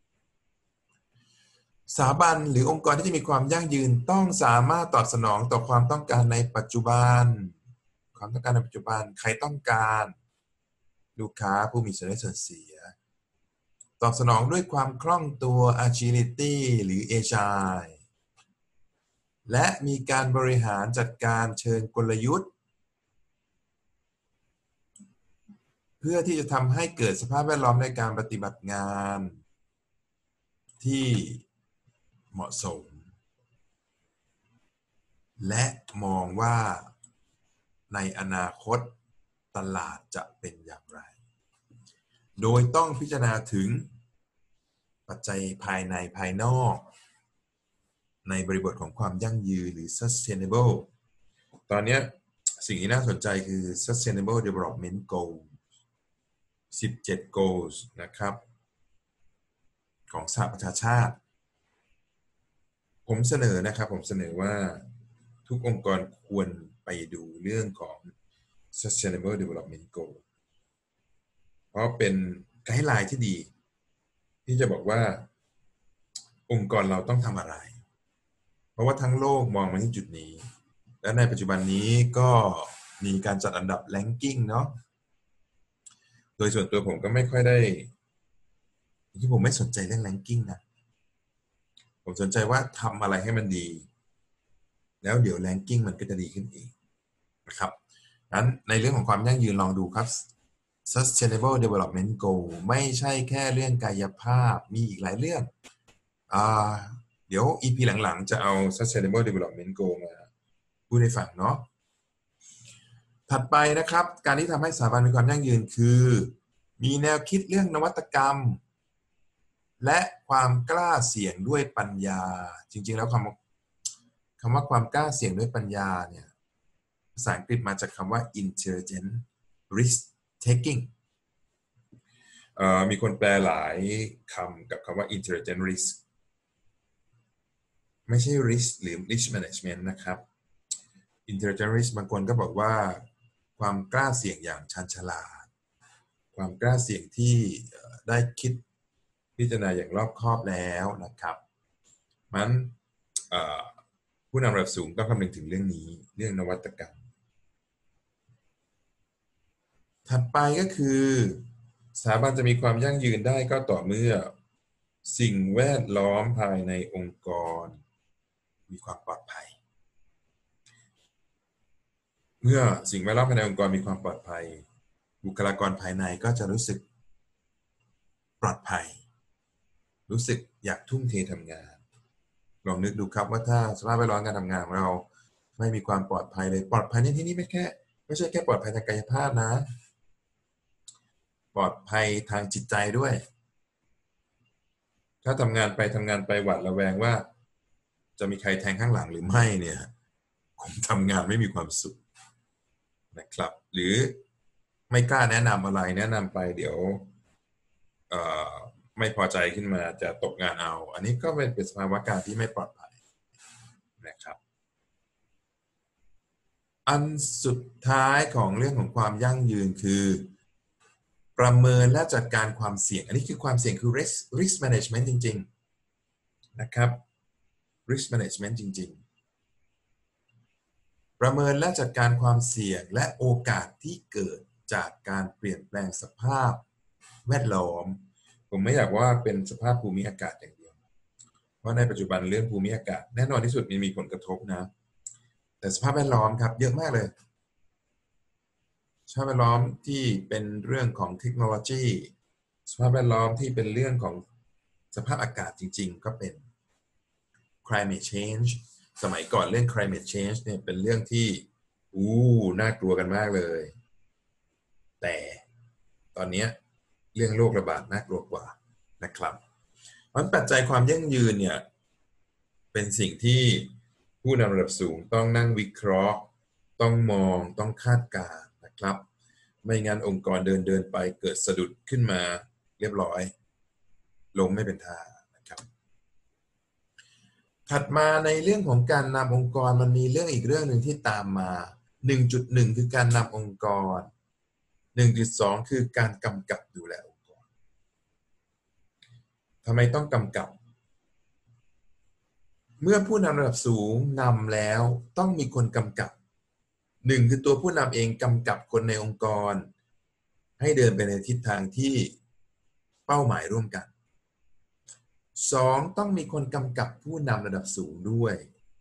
Speaker 1: สถาบันหรือองค์กรที่จะมีความยั่งยืนต้องสามารถตอบสนองต่อความต้องการในปัจจุบันความต้องการในปัจจุบันใครต้องการลูกค้าผู้มีส่วนได้ส่วนเสียตอบสนองด้วยความคล่องตัว agility หรือ agile และมีการบริหารจัดการเชิงกลยุทธ์เพื่อที่จะทำให้เกิดสภาพแวดล้อมในการปฏิบัติงานที่เหมาะสมและมองว่าในอนาคตตลาดจะเป็นอย่างไรโดยต้องพิจารณาถึงปัจจัยภายในภายนอกในบริบทของความยั่งยืนหรือ sustainable ตอนนี้สิ่งที่น่าสนใจคือ sustainable development goal 17 goals นะครับของสหประชาชาติผมเสนอว่าทุกองค์กรควรไปดูเรื่องของ sustainable development goal เพราะเป็นไกด์ไลน์ที่ดีที่จะบอกว่าองค์กรเราต้องทำอะไรเพราะว่าทั้งโลกมองมาที่จุดนี้และในปัจจุบันนี้ก็มีการจัดอันดับ ranking เนาะโดยส่วนตัวผมก็ไม่ค่อยได้ที่ผมไม่สนใจเรื่อง ranking นะผมสนใจว่าทำอะไรให้มันดีแล้วเดี๋ยว ranking มันก็จะดีขึ้นเองนะครับงั้นในเรื่องของความยั่งยืนลองดูครับ Sustainable Development Goal ไม่ใช่แค่เรื่องกายภาพมีอีกหลายเรื่องเดี๋ยว EP หลังๆจะเอา Sustainable Development Goal มาพูดให้ฟังเนาะถัดไปนะครับการที่ทำให้สถาบันมีความยั่งยืนคือมีแนวคิดเรื่องนวัตกรรมและความกล้าเสี่ยงด้วยปัญญาจริงๆแล้วคำว่าความกล้าเสี่ยงด้วยปัญญาเนี่ยภาษาอังกฤษมาจากคำว่า intelligent risk taking มีคนแปลหลายคำกับคำว่า intelligent risk ไม่ใช่ risk หรือ risk management นะครับ intelligent risk บางคนก็บอกว่าความกล้าเสี่ยงอย่างชาญฉลาดความกล้าเสี่ยงที่ได้คิดพิจารณาอย่างรอบคอบแล้วนะครับมันผู้นำระดับสูงต้องคำนึงถึงเรื่องนี้เรื่องนวัตกรรมถัดไปก็คือสถาบันจะมีความยั่งยืนได้ก็ต่อเมื่อสิ่งแวดล้อมภายในองค์กรมีความปลอดภัยเมื่อสิ่งแวดล้อมภายในองค์กรมีความปลอดภัยบุคลากรภายในก็จะรู้สึกปลอดภัยรู้สึกอยากทุ่มเททำงานลองนึกดูครับว่าถ้าสภาพแวดล้อมการทำงานของเราไม่มีความปลอดภัยเลยปลอดภัยในที่นี้ไม่ใช่แค่ปลอดภัยทางกายภาพนะปลอดภัยทางจิตใจด้วยถ้าทำงานไปหวาดระแวงว่าจะมีใครแทงข้างหลังหรือไม่เนี่ยคงทำงานไม่มีความสุขนะครับหรือไม่กล้าแนะนำอะไรแนะนำไปเดี๋ยวไม่พอใจขึ้นมาจะตกงานเอาอันนี้ก็เป็นสภาวะการที่ไม่ปลอดภัยนะครับอันสุดท้ายของเรื่องของความยั่งยืนคือประเมินและจัดการความเสี่ยงอันนี้คือความเสี่ยงคือ risk management จริงๆนะครับ risk management จริงๆประเมินและจัดการความเสี่ยงและโอกาสที่เกิดจากการเปลี่ยนแปลงสภาพแวดล้อมผมไม่อยากว่าเป็นสภาพภูมิอากาศอย่างเดียวเพราะในปัจจุบันเรื่องภูมิอากาศแน่นอนที่สุดมีผลกระทบนะแต่สภาพแวดล้อมครับเยอะมากเลยสภาพแวดล้อมที่เป็นเรื่องของเทคโนโลยีสภาพแวดล้อมที่เป็นเรื่องของสภาพอากาศจริงๆก็เป็น climate change สมัยก่อนเรื่อง climate change เนี่ยเป็นเรื่องที่น่ากลัวกันมากเลยแต่ตอนนี้เรื่องโรคระบาดน่ากลัวกว่านะครับเพราะปัจจัยความยั่งยืนเนี่ยเป็นสิ่งที่ผู้นำระดับสูงต้องนั่งวิเคราะห์ต้องมองต้องคาดการณ์นะครับไม่งั้นองค์กรเดินไปเกิดสะดุดขึ้นมาเรียบร้อยล้มไม่เป็นท่านะครับถัดมาในเรื่องของการนำองค์กรมันมีเรื่องอีกเรื่องหนึ่งที่ตามมา 1.1 คือการนำองค์กร 1.2 คือการกำกับดูแลองค์กรทำไมต้องกำกับเมื่อผู้นำระดับสูงนำแล้วต้องมีคนกำกับหนึ่งคือตัวผู้นำเองกำกับคนในองค์กรให้เดินไปในทิศทางที่เป้าหมายร่วมกันสองต้องมีคนกำกับผู้นำระดับสูงด้วย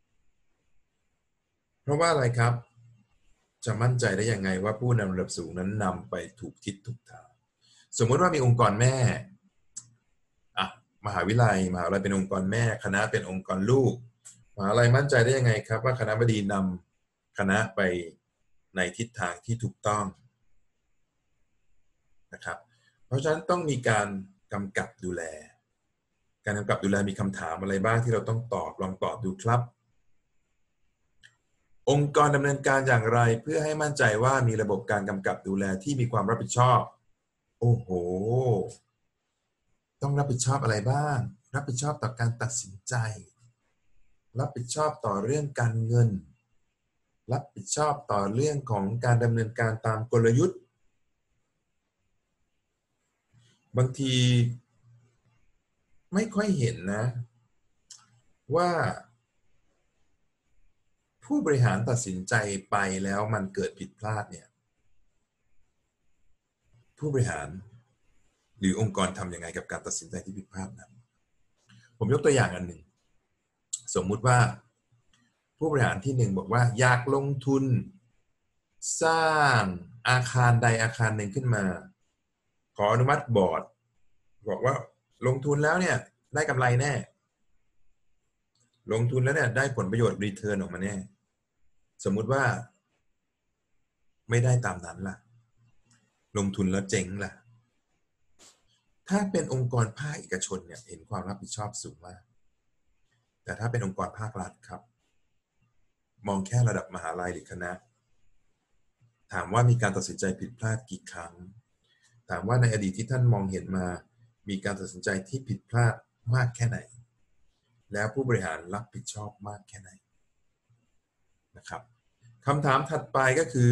Speaker 1: เพราะว่าอะไรครับจะมั่นใจได้ยังไงว่าผู้นำระดับสูงนั้นนำไปถูกทิศถูกทางสมมติว่ามีองค์กรแม่มหาวิทยาลัยเป็นองค์กรแม่คณะเป็นองค์กรลูกมหาวิทยาลัยมั่นใจได้ยังไงครับว่าคณบดีนำคณะไปในทิศทางที่ถูกต้องนะครับเพราะฉะนั้นต้องมีการกำกับดูแลการกำกับดูแลมีคำถามอะไรบ้างที่เราต้องตอบลองตอบดูครับองค์กรดำเนินการอย่างไรเพื่อให้มั่นใจว่ามีระบบการกำกับดูแลที่มีความรับผิดชอบโอ้โหต้องรับผิดชอบอะไรบ้างรับผิดชอบต่อการตัดสินใจรับผิดชอบต่อเรื่องการเงินรับผิดชอบต่อเรื่องของการดำเนินการตามกลยุทธ์บางทีไม่ค่อยเห็นนะว่าผู้บริหารตัดสินใจไปแล้วมันเกิดผิดพลาดเนี่ยผู้บริหารหรือองค์กรทำยังไงกับการตัดสินใจที่ผิดพลาดนั้นผมยกตัวอย่างอันหนึ่งสมมุติว่าผู้บริหารที่หนึ่งบอกว่าอยากลงทุนสร้างอาคารใดอาคารหนึ่งขึ้นมาขออนุมัติบอร์ดบอกว่าลงทุนแล้วเนี่ยได้กำไรแน่ลงทุนแล้วเนี่ยได้ผลประโยชน์รีเทิร์นออกมาแน่สมมุติว่าไม่ได้ตามนั้นล่ะลงทุนแล้วเจ๊งล่ะถ้าเป็นองค์กรภาคเอกชนเนี่ยเห็นความรับผิดชอบสูงมากแต่ถ้าเป็นองค์กรภาครัฐครับมองแค่ระดับมหาลัยหรือคณะถามว่ามีการตัดสินใจผิดพลาดกี่ครั้งถามว่าในอดีตที่ท่านมองเห็นมามีการตัดสินใจที่ผิดพลาดมากแค่ไหนแล้วผู้บริหารรับผิดชอบมากแค่ไหนนะครับคำถามถัดไปก็คือ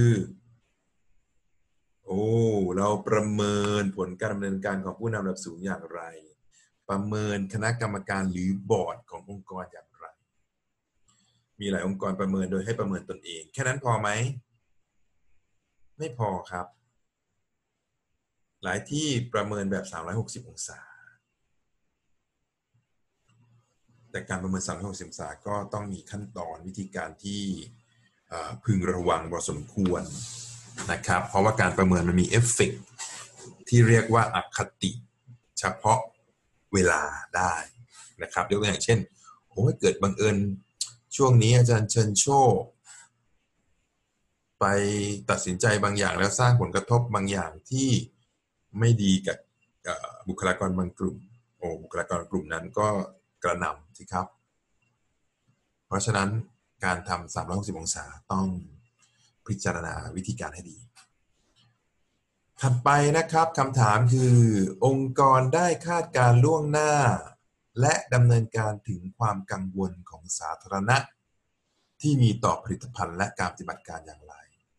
Speaker 1: เราประเมินผลการดำเนินการของผู้นำระดับสูงอย่างไรประเมินคณะกรรมการหรือบอร์ดขององค์กรอย่างไรมีหลายองค์กรประเมินโดยให้ประเมินตนเองแค่นั้นพอไหมไม่พอครับหลายที่ประเมินแบบ360องศาแต่การประเมิน360องศาก็ต้องมีขั้นตอนวิธีการที่พึงระวังพอสมควรนะครับเพราะว่าการประเมินมันมีเอฟเฟกต์ที่เรียกว่าอคติเฉพาะเวลาได้นะครับยกตัวอย่างเช่นเกิดบังเอิญช่วงนี้อาจารย์เชิญโชคไปตัดสินใจบางอย่างแล้วสร้างผลกระทบบางอย่างที่ไม่ดีกับบุคลากรบางกลุ่มบุคลากรกลุ่มนั้นก็กระหน่ำสิครับเพราะฉะนั้นการทำ360องศาต้องพิจารณาวิธีการให้ดีถัดไปนะครับคำถามคือองค์กรได้คาดการล่วงหน้าและดำเนินการถึงความกังวลของสาธารณะที่มีต่อผลิตภัณฑ์และการปฏิบัติการอย่างไร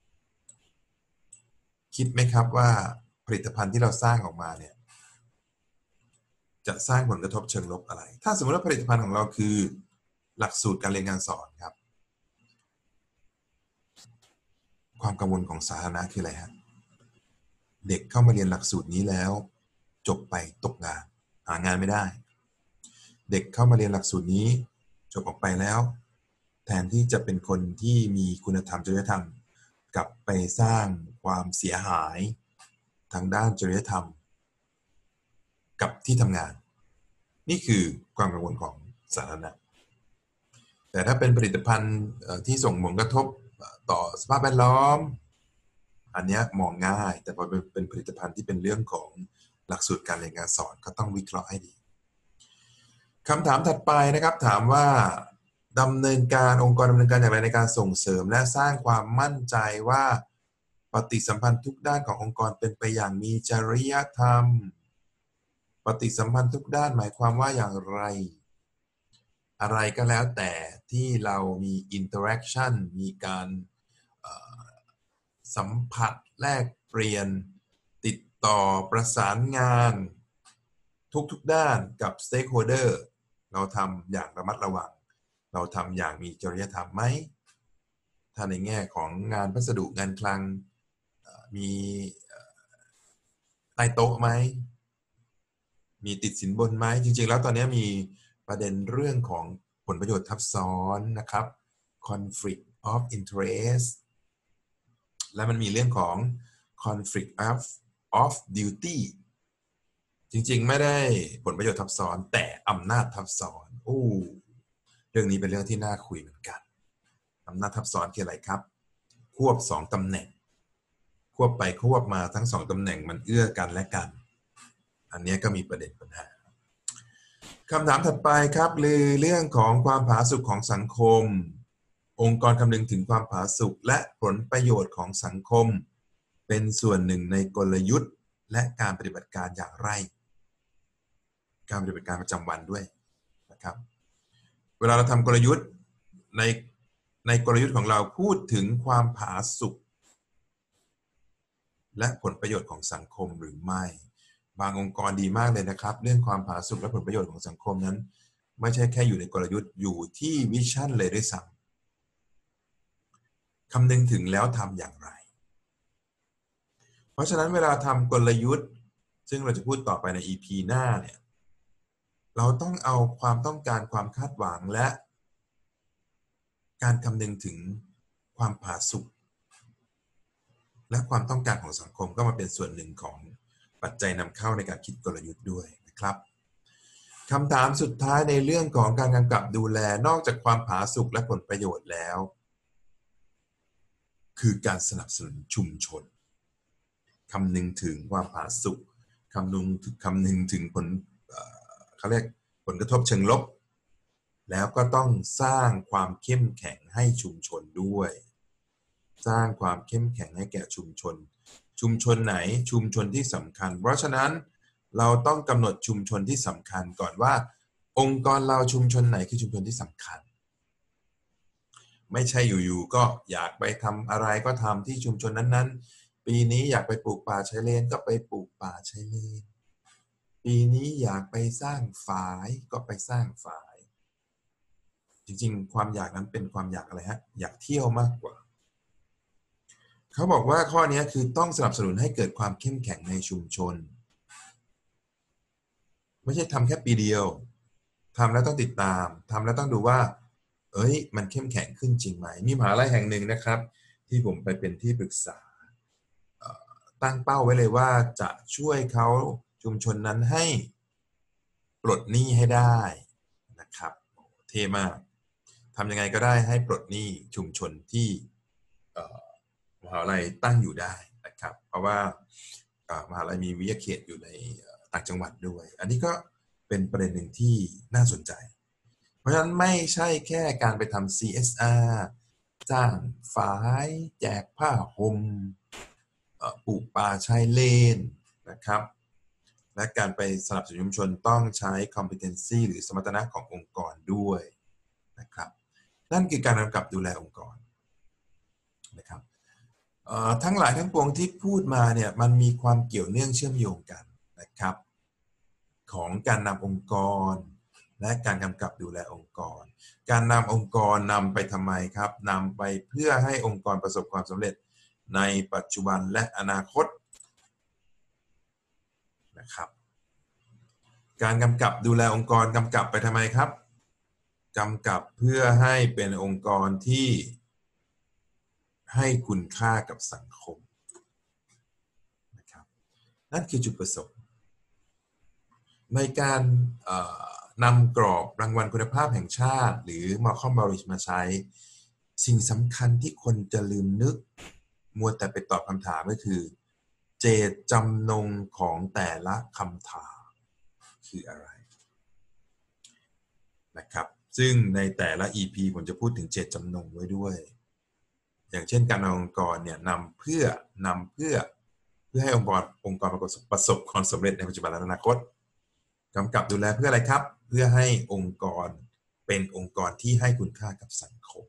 Speaker 1: คิดไหมครับว่าผลิตภัณฑ์ที่เราสร้างออกมาเนี่ยจะสร้างผลกระทบเชิงลบอะไรถ้าสมมติว่าผลิตภัณฑ์ของเราคือหลักสูตรการเรียนการสอนครับความกังวลของสาธารณะคืออะไรฮะเด็กเข้ามาเรียนหลักสูตรนี้แล้วจบไปตกงานหางานไม่ได้เด็กเข้ามาเรียนหลักสูตรนี้จบออกไปแล้วแทนที่จะเป็นคนที่มีคุณธรรมจริยธรรมกลับไปสร้างความเสียหายทางด้านจริยธรรมกับที่ทำงานนี่คือความกังวลของสาธารณะแต่ถ้าเป็นผลิตภัณฑ์ที่ส่งผลกระทบต่อสภาพแวดล้อมอันนี้มองง่ายแต่พอเป็นผลิตภัณฑ์ที่เป็นเรื่องของหลักสูตรการเรียนการสอนก็ต้องวิเคราะห์ให้ดีคำถามถัดไปนะครับถามว่าดำเนินการองค์กรดำเนินการอย่างไรในการส่งเสริมและสร้างความมั่นใจว่าปฏิสัมพันธ์ทุกด้านขององค์กรเป็นไปอย่างมีจริยธรรมปฏิสัมพันธ์ทุกด้านหมายความว่าอย่างไรอะไรก็แล้วแต่ที่เรามีอินเตอร์แอคชั่นมีการสัมผัสแลกเปลี่ยนติดต่อประสานงานทุกด้านกับ stakeholder เราทำอย่างระมัดระวังเราทำอย่างมีจริยธรรมไหมถ้าในแง่ของงานพัสดุงานคลังมีใต้โต๊ะไหมมีติดสินบนไหมจริงๆแล้วตอนนี้มีประเด็นเรื่องของผลประโยชน์ทับซ้อนนะครับ conflict of interest และมันมีเรื่องของ conflict of duty จริงๆไม่ได้ผลประโยชน์ทับซ้อนแต่อำนาจทับซ้อนเรื่องนี้เป็นเรื่องที่น่าคุยเหมือนกันอำนาจทับซ้อนคืออะไรครับควบ2ตำแหน่งควบไปควบมาทั้ง2ตำแหน่งมันเอื้อกันและกันอันนี้ก็มีประเด็นปัญหาคำถามถัดไปครับคือเรื่องของความผาสุกของสังคมองค์กรคำนึงถึงความผาสุกและผลประโยชน์ของสังคมเป็นส่วนหนึ่งในกลยุทธ์และการปฏิบัติการอย่างไรการปฏิบัติการประจำวันด้วยนะครับเวลาเราทำกลยุทธ์ในกลยุทธ์ของเราพูดถึงความผาสุกและผลประโยชน์ของสังคมหรือไม่บางองค์กรดีมากเลยนะครับเรื่องความผาสุกและผลประโยชน์ของสังคมนั้นไม่ใช่แค่อยู่ในกลยุทธ์อยู่ที่วิชั่นเลยด้วยซ้ำคำนึงถึงแล้วทำอย่างไรเพราะฉะนั้นเวลาทำกลยุทธ์ซึ่งเราจะพูดต่อไปใน EP หน้าเนี่ยเราต้องเอาความต้องการความคาดหวังและการคำนึงถึงความผาสุกและความต้องการของสังคมก็มาเป็นส่วนหนึ่งของปัจจัยนำเข้าในการคิดกลยุทธ์ด้วยนะครับคำถามสุดท้ายในเรื่องของการกำกับดูแลนอกจากความผาสุกและผลประโยชน์แล้วคือการสนับสนุนชุมชนคำนึงถึงความผาสุกคำนึงถึงผลเขาเรียกผลกระทบเชิงลบแล้วก็ต้องสร้างความเข้มแข็งให้ชุมชนด้วยสร้างความเข้มแข็งให้แก่ชุมชนไหนชุมชนที่สำคัญเพราะฉะนั้นเราต้องกำหนดชุมชนที่สำคัญก่อนว่าองค์กรเราชุมชนไหนคือชุมชนที่สำคัญไม่ใช่อยู่ๆก็อยากไปทำอะไรก็ทำที่ชุมชนนั้นๆปีนี้อยากไปปลูกป่าชายเลนก็ไปปลูกป่าชายเลนปีนี้อยากไปสร้างฝายก็ไปสร้างฝายจริงๆความอยากนั้นเป็นความอยากอะไรฮะอยากเที่ยวมากกว่าเขาบอกว่าข้อนี้คือต้องสนับสนุนให้เกิดความเข้มแข็งในชุมชนไม่ใช่ทำแค่ปีเดียวทำแล้วต้องติดตามทำแล้วต้องดูว่ามันเข้มแข็งขึ้นจริงไหมมีมหาลัยแห่งหนึ่งนะครับที่ผมไปเป็นที่ปรึกษาตั้งเป้าไว้เลยว่าจะช่วยเขาชุมชนนั้นให้ปลดหนี้ให้ได้นะครับเท่มากทำยังไงก็ได้ให้ปลดหนี้ชุมชนที่มหาลัยตั้งอยู่ได้นะครับเพราะว่ามหาลัยมีวิทยาเขตอยู่ในต่างจังหวัดด้วยอันนี้ก็เป็นประเด็นหนึ่งที่น่าสนใจเพราะฉะนั้นไม่ใช่แค่การไปทำ CSR จ้างฝายแจกผ้าห่มปลูกป่าชายเลนนะครับและการไปสนับสนุนชุมชนต้องใช้ competency หรือสมรรถนะขององค์กรด้วยนะครับนั่นคือการกำกับดูแลองค์กรนะครับทั้งหลายทั้งปวงที่พูดมาเนี่ยมันมีความเกี่ยวเนื่องเชื่อมโยงกันนะครับของการนำองค์กรและการกำกับดูแลองค์กรการนำองค์กรนำไปทำไมครับนำไปเพื่อให้องค์กรประสบความสำเร็จในปัจจุบันและอนาคตนะครับการกำกับดูแลองค์กรกำกับไปทำไมครับกำกับเพื่อให้เป็นองค์กรที่ให้คุณค่ากับสังคมนะครับนั่นคือจุดประสงค์ในการนำกรอบรางวัลคุณภาพแห่งชาติหรือ Malcolm Baldrige มาใช้สิ่งสำคัญที่คนจะลืมนึกมัวแต่ไปตอบคำถามก็คือเจตจำนงของแต่ละคำถามคืออะไรนะครับซึ่งในแต่ละ EP ผมจะพูดถึงเจตจำนงไว้ด้วยอย่างเช่นการนำองค์กรเนี่ยนำเพื่อให้องค์กรประสบความสำเร็จในปัจจุบันและอนาคตกำกับดูแลเพื่ออะไรครับเพื่อให้องค์กรเป็นองค์กรที่ให้คุณค่ากับสังคม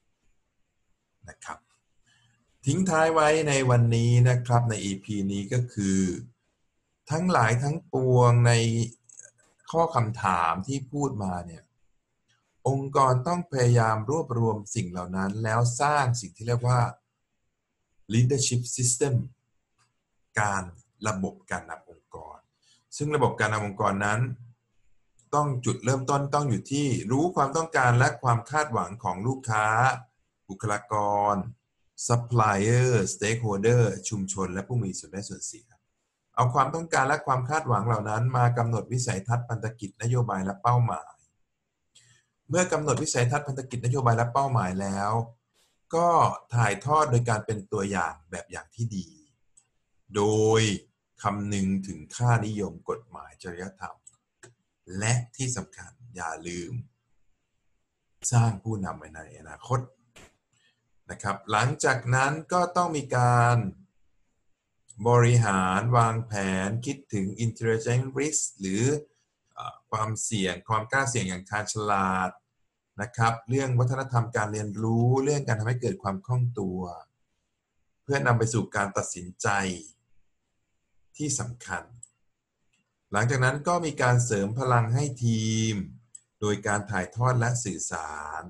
Speaker 1: นะครับทิ้งท้ายไว้ในวันนี้นะครับใน EP นี้ก็คือทั้งหลายทั้งปวงในข้อคำถามที่พูดมาเนี่ยองค์กรต้องพยายามรวบรวมสิ่งเหล่านั้นแล้วสร้างสิ่งที่เรียกว่า leadership system การระบบการนำองค์กรซึ่งระบบการนำองค์กรนั้นต้องจุดเริ่มต้นต้องอยู่ที่รู้ความต้องการและความคาดหวังของลูกค้าบุคลากร supplier stakeholder ชุมชนและผู้มีส่วนได้ส่วนเสียเอาความต้องการและความคาดหวังเหล่านั้นมากำหนดวิสัยทัศน์พันธกิจนโยบายและเป้าหมายเมื่อกำหนดวิสัยทัศน์พันธกิจนโยบายและเป้าหมายแล้วก็ถ่ายทอดโดยการเป็นตัวอย่างแบบอย่างที่ดีโดยคำนึงถึงค่านิยมกฎหมายจริยธรรมและที่สำคัญอย่าลืมสร้างผู้นำในอนาคตนะครับหลังจากนั้นก็ต้องมีการบริหารวางแผนคิดถึง intelligent risk หรือความเสี่ยงความกล้าเสี่ยงอย่างชาญฉลาดนะครับเรื่องวัฒนธรรมการเรียนรู้เรื่องการทำให้เกิดความคล่องตัวเพื่อนำไปสู่การตัดสินใจที่สำคัญหลังจากนั้นก็มีการเสริมพลังให้ทีมโดยการถ่ายทอดและสื่อสาร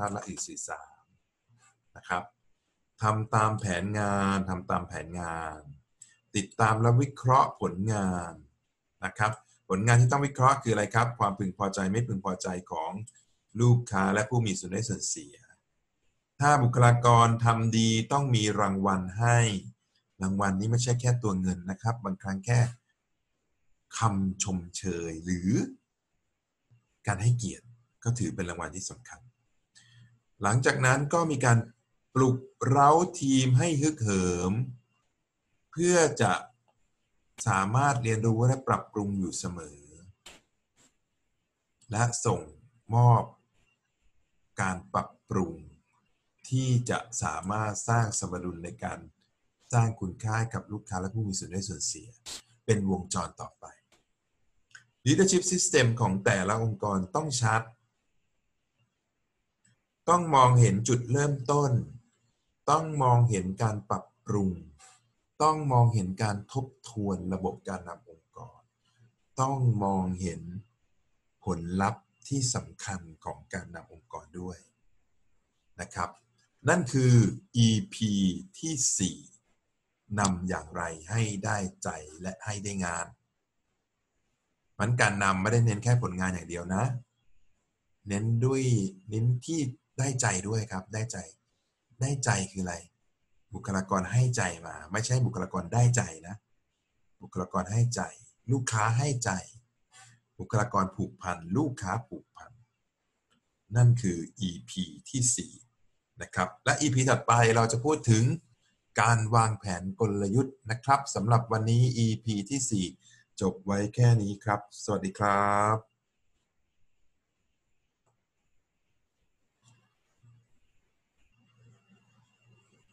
Speaker 1: นะครับทำตามแผนงานติดตามและวิเคราะห์ผลงานนะครับผลงานที่ต้องวิเคราะห์คืออะไรครับความพึงพอใจไม่พึงพอใจของลูกค้าและผู้มีส่วนได้ส่วนเสียถ้าบุคลากรทำดีต้องมีรางวัลให้รางวัลนี้ไม่ใช่แค่ตัวเงินนะครับบางครั้งแค่คำชมเชยหรือการให้เกียรติก็ถือเป็นรางวัลที่สำคัญหลังจากนั้นก็มีการปลุกเร้าทีมให้ฮึกเหิมเพื่อจะสามารถเรียนรู้และปรับปรุงอยู่เสมอและส่งมอบการปรับปรุงที่จะสามารถสร้างสมดุลในการสร้างคุณค่ากับลูกค้าและผู้มีส่วนได้ส่วนเสียเป็นวงจรต่อไป Leadership System ของแต่ละองค์กรต้องชัดต้องมองเห็นจุดเริ่มต้นต้องมองเห็นการปรับปรุงต้องมองเห็นการทบทวนระบบการนำองค์กรต้องมองเห็นผลลัพธ์ที่สำคัญของการนำองค์กรด้วยนะครับนั่นคือ EP ที่ 4นำอย่างไรให้ได้ใจและให้ได้งานมันการนำไม่ได้เน้นแค่ผลงานอย่างเดียวนะเน้นที่ได้ใจด้วยครับได้ใจคืออะไรบุคลากรให้ใจมาไม่ใช่บุคลากรได้ใจนะบุคลากรให้ใจลูกค้าให้ใจบุคลากรผูกพันลูกค้าผูกพันนั่นคือ EP ที่ 4นะครับและ EP ถัดไปเราจะพูดถึงการวางแผนกลยุทธ์นะครับสำหรับวันนี้ EP ที่ 4จบไว้แค่นี้ครับสวัสดีครับ